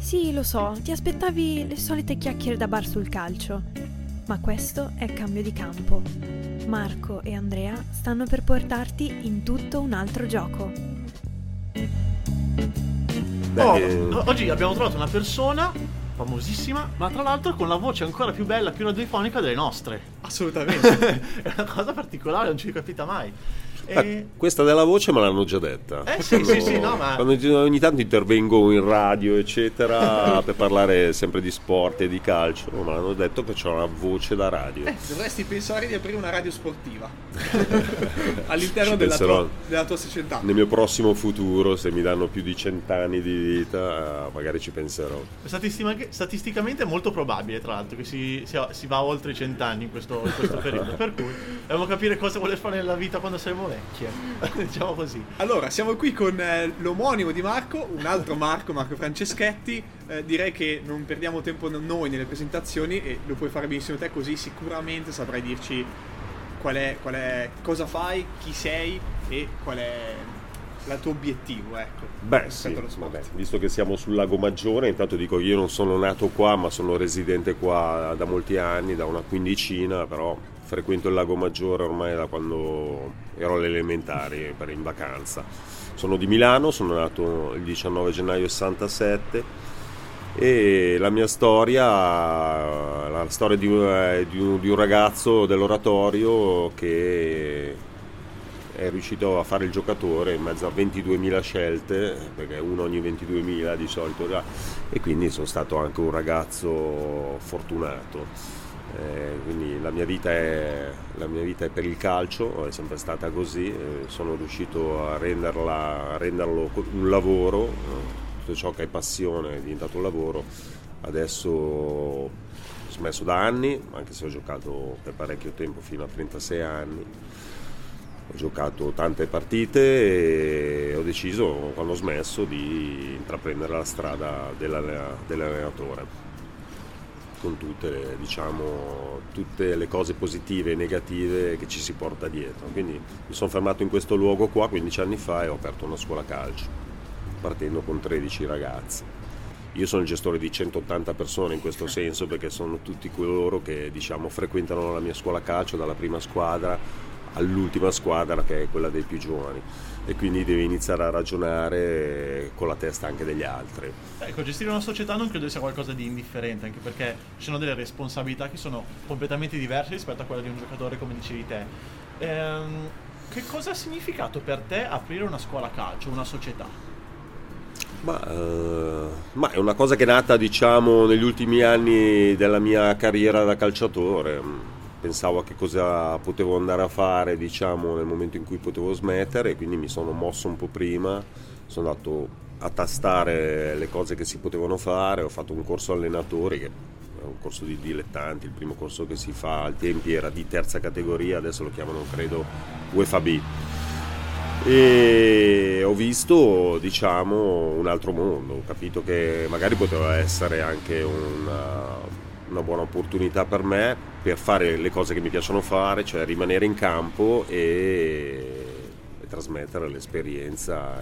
Sì, lo so, ti aspettavi le solite chiacchiere da bar sul calcio. Ma questo è cambio di campo. Marco e Andrea stanno per portarti in tutto un altro gioco. Oggi abbiamo trovato una persona famosissima, ma tra l'altro con la voce ancora più bella, più radiofonica delle nostre. Assolutamente. È una cosa particolare, non ci capita mai. Questa della voce me l'hanno già detta. Sì, no, ma quando ogni tanto intervengo in radio, eccetera, per parlare sempre di sport e di calcio, me l'hanno detto che c'ho una voce da radio. Dovresti pensare di aprire una radio sportiva all'interno della tua società. Nel mio prossimo futuro, se mi danno più di 100 anni di vita, magari ci penserò. Statisticamente è molto probabile, tra l'altro, che si va oltre i 100 anni in questo periodo. Per cui dobbiamo capire cosa vuole fare nella vita quando saremo vecchie. Diciamo così. Allora, siamo qui con l'omonimo di Marco, un altro Marco Franceschetti. Direi che non perdiamo tempo noi nelle presentazioni e lo puoi fare benissimo te, così sicuramente saprai dirci qual è, cosa fai, chi sei e qual è il tuo obiettivo, ecco. Beh sì, visto che siamo sul Lago Maggiore, intanto dico che io non sono nato qua, ma sono residente qua da molti anni, da una quindicina, però frequento il Lago Maggiore ormai da quando ero alle elementari in vacanza. Sono di Milano, sono nato il 19 gennaio 67 e la mia storia, la storia di un ragazzo dell'oratorio che è riuscito a fare il giocatore in mezzo a 22.000 scelte, perché uno ogni 22.000 di solito, e quindi sono stato anche un ragazzo fortunato. Quindi la mia vita è per il calcio, è sempre stata così, sono riuscito a renderlo un lavoro, tutto ciò che è passione è diventato un lavoro. Adesso ho smesso da anni, anche se ho giocato per parecchio tempo, fino a 36 anni. Ho giocato tante partite e ho deciso, quando ho smesso, di intraprendere la strada dell'allenatore, con tutte le cose positive e negative che ci si porta dietro. Quindi mi sono fermato in questo luogo qua 15 anni fa e ho aperto una scuola calcio, partendo con 13 ragazzi. Io sono il gestore di 180 persone in questo senso, perché sono tutti coloro che frequentano la mia scuola calcio, dalla prima squadra all'ultima squadra, che è quella dei più giovani, e quindi devi iniziare a ragionare con la testa anche degli altri. Ecco, gestire una società non credo sia qualcosa di indifferente, anche perché ci sono delle responsabilità che sono completamente diverse rispetto a quella di un giocatore, come dicevi te. Che cosa ha significato per te aprire una scuola calcio, una società? Ma è una cosa che è nata, negli ultimi anni della mia carriera da calciatore. Pensavo a che cosa potevo andare a fare, nel momento in cui potevo smettere, e quindi mi sono mosso un po' prima, sono andato a tastare le cose che si potevano fare, ho fatto un corso allenatori, che è un corso di dilettanti, il primo corso che si fa, ai tempi era di terza categoria, adesso lo chiamano credo UEFA B. E ho visto un altro mondo, ho capito che magari poteva essere anche una buona opportunità per me per fare le cose che mi piacciono fare, cioè rimanere in campo e trasmettere l'esperienza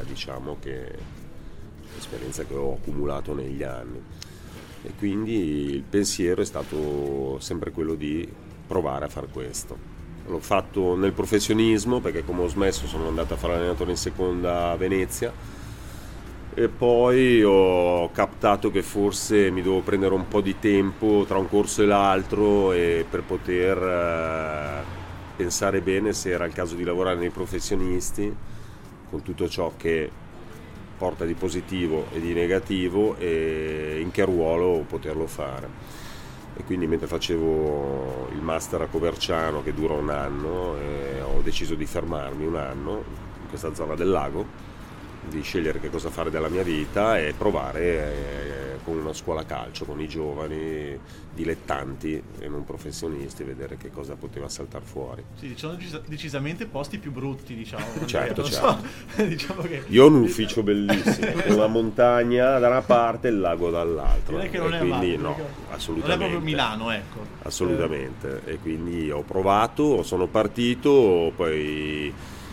che ho accumulato negli anni. E quindi il pensiero è stato sempre quello di provare a fare questo. L'ho fatto nel professionismo, perché come ho smesso sono andato a fare l'allenatore in seconda a Venezia, e poi ho captato che forse mi dovevo prendere un po' di tempo tra un corso e l'altro, e per poter pensare bene se era il caso di lavorare nei professionisti, con tutto ciò che porta di positivo e di negativo, e in che ruolo poterlo fare. E quindi mentre facevo il master a Coverciano, che dura un anno, ho deciso di fermarmi un anno in questa zona del lago, di scegliere che cosa fare della mia vita e provare con una scuola calcio, con i giovani dilettanti e non professionisti, vedere che cosa poteva saltare fuori. Sì, sono decisamente posti più brutti, Certo. So. Diciamo che io ho un ufficio bellissimo, con la montagna da una parte e il lago dall'altra. Direi che non è quindi male, no, assolutamente. Non è proprio Milano, ecco. Assolutamente. E quindi ho provato, sono partito, poi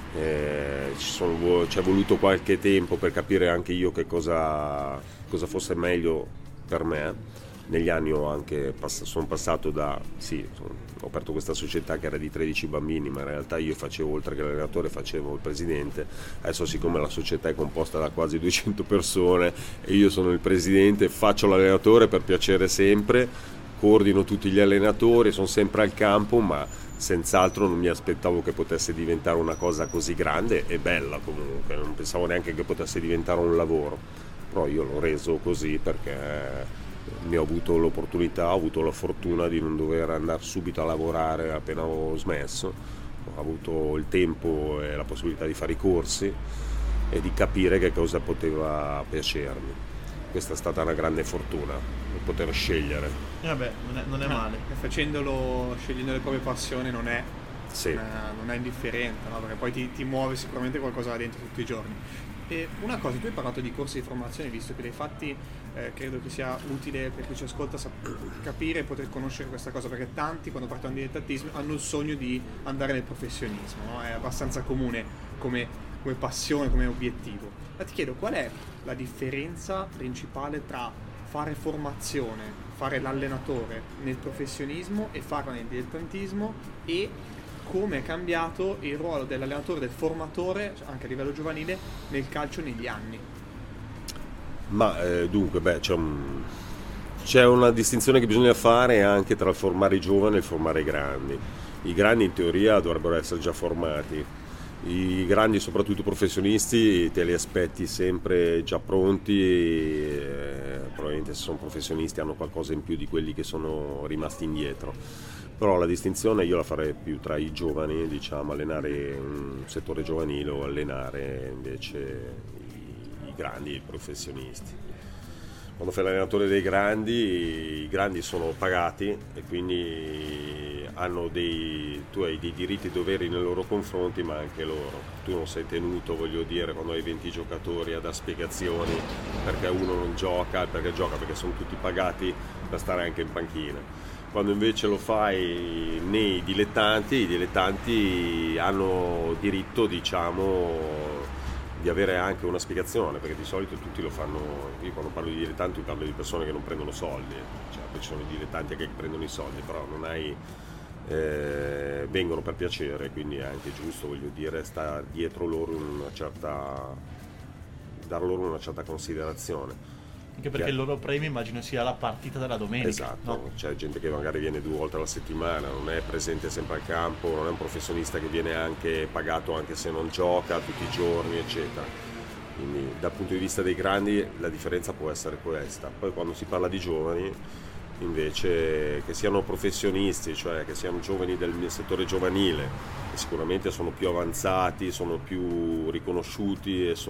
C'è voluto qualche tempo per capire anche io che cosa fosse meglio per me. Negli anni sono passato ho aperto questa società che era di 13 bambini, ma in realtà io facevo, oltre che l'allenatore, facevo il presidente. Adesso, siccome la società è composta da quasi 200 persone e io sono il presidente, faccio l'allenatore per piacere sempre, coordino tutti gli allenatori, sono sempre al campo, ma senz'altro non mi aspettavo che potesse diventare una cosa così grande e bella. Comunque non pensavo neanche che potesse diventare un lavoro, però io l'ho reso così perché ne ho avuto l'opportunità, ho avuto la fortuna di non dover andare subito a lavorare appena ho smesso. Ho avuto il tempo e la possibilità di fare i corsi e di capire che cosa poteva piacermi. Questa è stata una grande fortuna, poter scegliere. Vabbè, non è male. Scegliendo le proprie passioni non è Sì. non è indifferente, no? Perché poi ti muove sicuramente qualcosa là dentro tutti i giorni. E una cosa, tu hai parlato di corsi di formazione, visto che li hai fatti, credo che sia utile per chi ci ascolta capire e poter conoscere questa cosa, perché tanti quando partono di dilettantismo hanno il sogno di andare nel professionismo, no? È abbastanza comune come passione, come obiettivo. Ma ti chiedo, qual è la differenza principale tra fare formazione, fare l'allenatore nel professionismo e farla nel dilettantismo, e come è cambiato il ruolo dell'allenatore, del formatore, anche a livello giovanile, nel calcio negli anni? Ma dunque, c'è una distinzione che bisogna fare anche tra il formare i giovani e il formare i grandi. I grandi in teoria dovrebbero essere già formati. I grandi, soprattutto professionisti, te li aspetti sempre già pronti e probabilmente se sono professionisti hanno qualcosa in più di quelli che sono rimasti indietro. Però la distinzione io la farei più tra i giovani, diciamo, allenare un settore giovanile o allenare invece i grandi, i professionisti. Quando fai l'allenatore dei grandi, i grandi sono pagati e quindi tu hai dei diritti e doveri nei loro confronti, ma anche loro. Tu non sei tenuto, voglio dire, quando hai 20 giocatori a dare spiegazioni perché uno non gioca, perché sono tutti pagati per stare anche in panchina. Quando invece lo fai nei dilettanti, i dilettanti hanno diritto, diciamo, di avere anche una spiegazione, perché di solito tutti lo fanno. Io quando parlo di dilettanti parlo di persone che non prendono soldi, cioè ci sono i dilettanti che prendono i soldi, però vengono per piacere, quindi è anche giusto, voglio dire, sta dietro loro dar loro una certa considerazione. Anche perché il loro premio immagino sia la partita della domenica. Esatto, no? C'è gente che magari viene 2 volte alla settimana, non è presente sempre al campo, non è un professionista che viene anche pagato anche se non gioca tutti i giorni, eccetera. Quindi dal punto di vista dei grandi la differenza può essere questa. Poi quando si parla di giovani, invece, che siano professionisti, cioè che siano giovani del settore giovanile, che sicuramente sono più avanzati, sono più riconosciuti e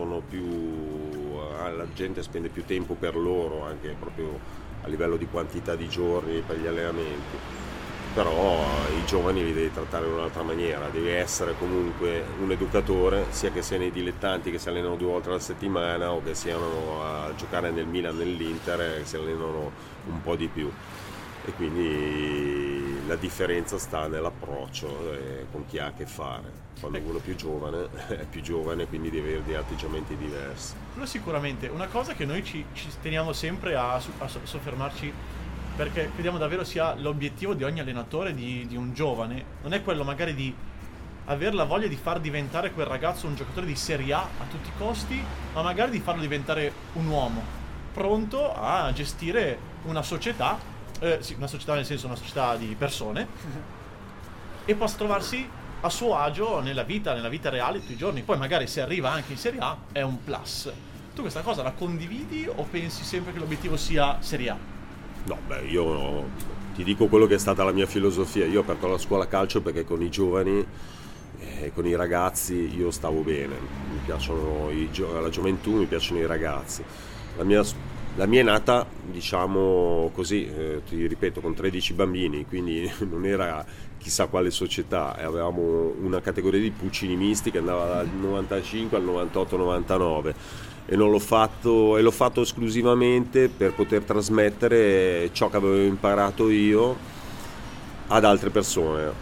la gente spende più tempo per loro, anche proprio a livello di quantità di giorni per gli allenamenti. Però i giovani li devi trattare in un'altra maniera, devi essere comunque un educatore, sia che sia nei dilettanti che si allenano 2 volte alla settimana o che siano a giocare nel Milan, nell'Inter, che si allenano un po' di più. E quindi la differenza sta nell'approccio con chi ha a che fare. Quando uno è più giovane, quindi deve avere degli atteggiamenti diversi. Quello sicuramente. Una cosa che noi ci teniamo sempre a soffermarci, perché crediamo davvero sia l'obiettivo di ogni allenatore di un giovane, non è quello magari di avere la voglia di far diventare quel ragazzo un giocatore di Serie A a tutti i costi, ma magari di farlo diventare un uomo pronto a gestire una società, una società nel senso una società di persone, e possa trovarsi a suo agio nella vita reale tutti i giorni. Poi magari se arriva anche in Serie A è un plus. Tu questa cosa la condividi o pensi sempre che l'obiettivo sia Serie A? No, io ti dico quello che è stata la mia filosofia. Io ho aperto la scuola calcio perché con i giovani e con i ragazzi io stavo bene. Mi piacciono la gioventù, mi piacciono i ragazzi. La mia è nata, diciamo così, ti ripeto, con 13 bambini, quindi non era chissà quale società, e avevamo una categoria di pulcini misti che andava dal 95 al 98-99. E l'ho fatto esclusivamente per poter trasmettere ciò che avevo imparato io ad altre persone.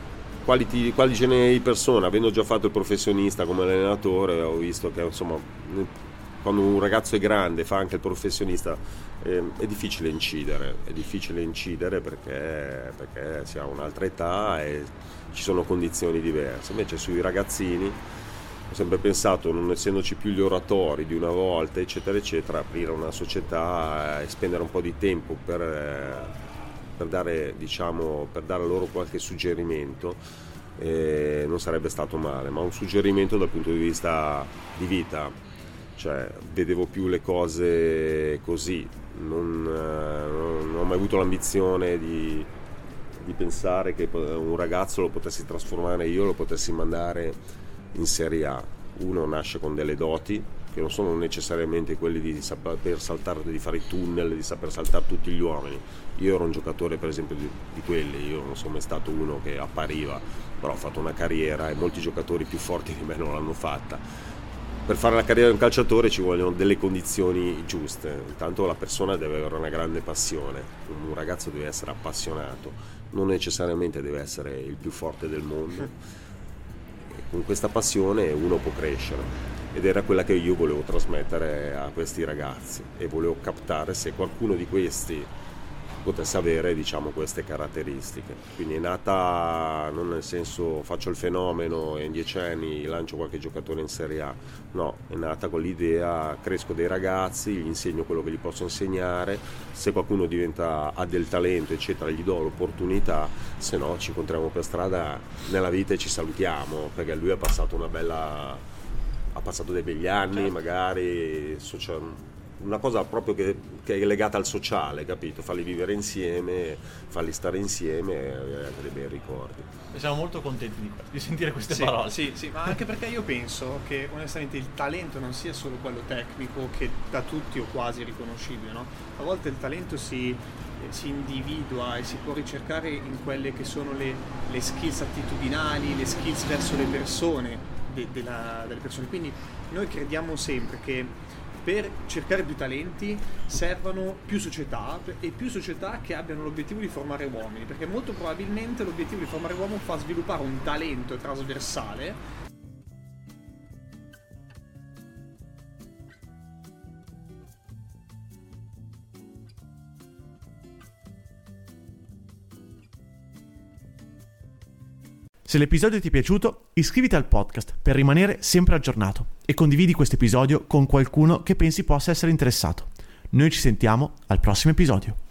quali genere di persone, avendo già fatto il professionista come allenatore, ho visto che insomma quando un ragazzo è grande fa anche il professionista è difficile incidere perché si ha un'altra età e ci sono condizioni diverse. Invece sui ragazzini ho sempre pensato, non essendoci più gli oratori di una volta eccetera eccetera, aprire una società e spendere un po' di tempo per dare loro qualche suggerimento non sarebbe stato male, ma un suggerimento dal punto di vista di vita, cioè vedevo più le cose così, non ho mai avuto l'ambizione di pensare che un ragazzo lo potessi trasformare io, lo potessi mandare in Serie A. Uno nasce con delle doti che non sono necessariamente quelli di saper saltare, di fare i tunnel, di saper saltare tutti gli uomini. Io ero un giocatore per esempio di quelli, io non sono mai stato uno che appariva, però ho fatto una carriera e molti giocatori più forti di me non l'hanno fatta. Per fare la carriera di un calciatore ci vogliono delle condizioni giuste. Intanto la persona deve avere una grande passione, un ragazzo deve essere appassionato, non necessariamente deve essere il più forte del mondo. E con questa passione uno può crescere, ed era quella che io volevo trasmettere a questi ragazzi e volevo captare se qualcuno di questi potesse avere, diciamo, queste caratteristiche. Quindi è nata non nel senso faccio il fenomeno e in 10 anni lancio qualche giocatore in Serie A, no, è nata con l'idea: cresco dei ragazzi, gli insegno quello che gli posso insegnare, se qualcuno ha del talento eccetera gli do l'opportunità, se no ci incontriamo per strada nella vita e ci salutiamo, perché lui ha passato dei begli anni, certo. Magari una cosa proprio che è legata al sociale, capito? Farli vivere insieme, farli stare insieme e avere dei bei ricordi. E siamo molto contenti di sentire queste parole. Sì, ma anche perché io penso che onestamente il talento non sia solo quello tecnico che da tutti o quasi è riconoscibile, no? A volte il talento si individua e si può ricercare in quelle che sono le skills attitudinali, le skills verso le persone, delle persone. Quindi noi crediamo sempre che per cercare più talenti servano più società e più società che abbiano l'obiettivo di formare uomini, perché molto probabilmente l'obiettivo di formare uomo fa sviluppare un talento trasversale. Se l'episodio ti è piaciuto, iscriviti al podcast per rimanere sempre aggiornato e condividi questo episodio con qualcuno che pensi possa essere interessato. Noi ci sentiamo al prossimo episodio.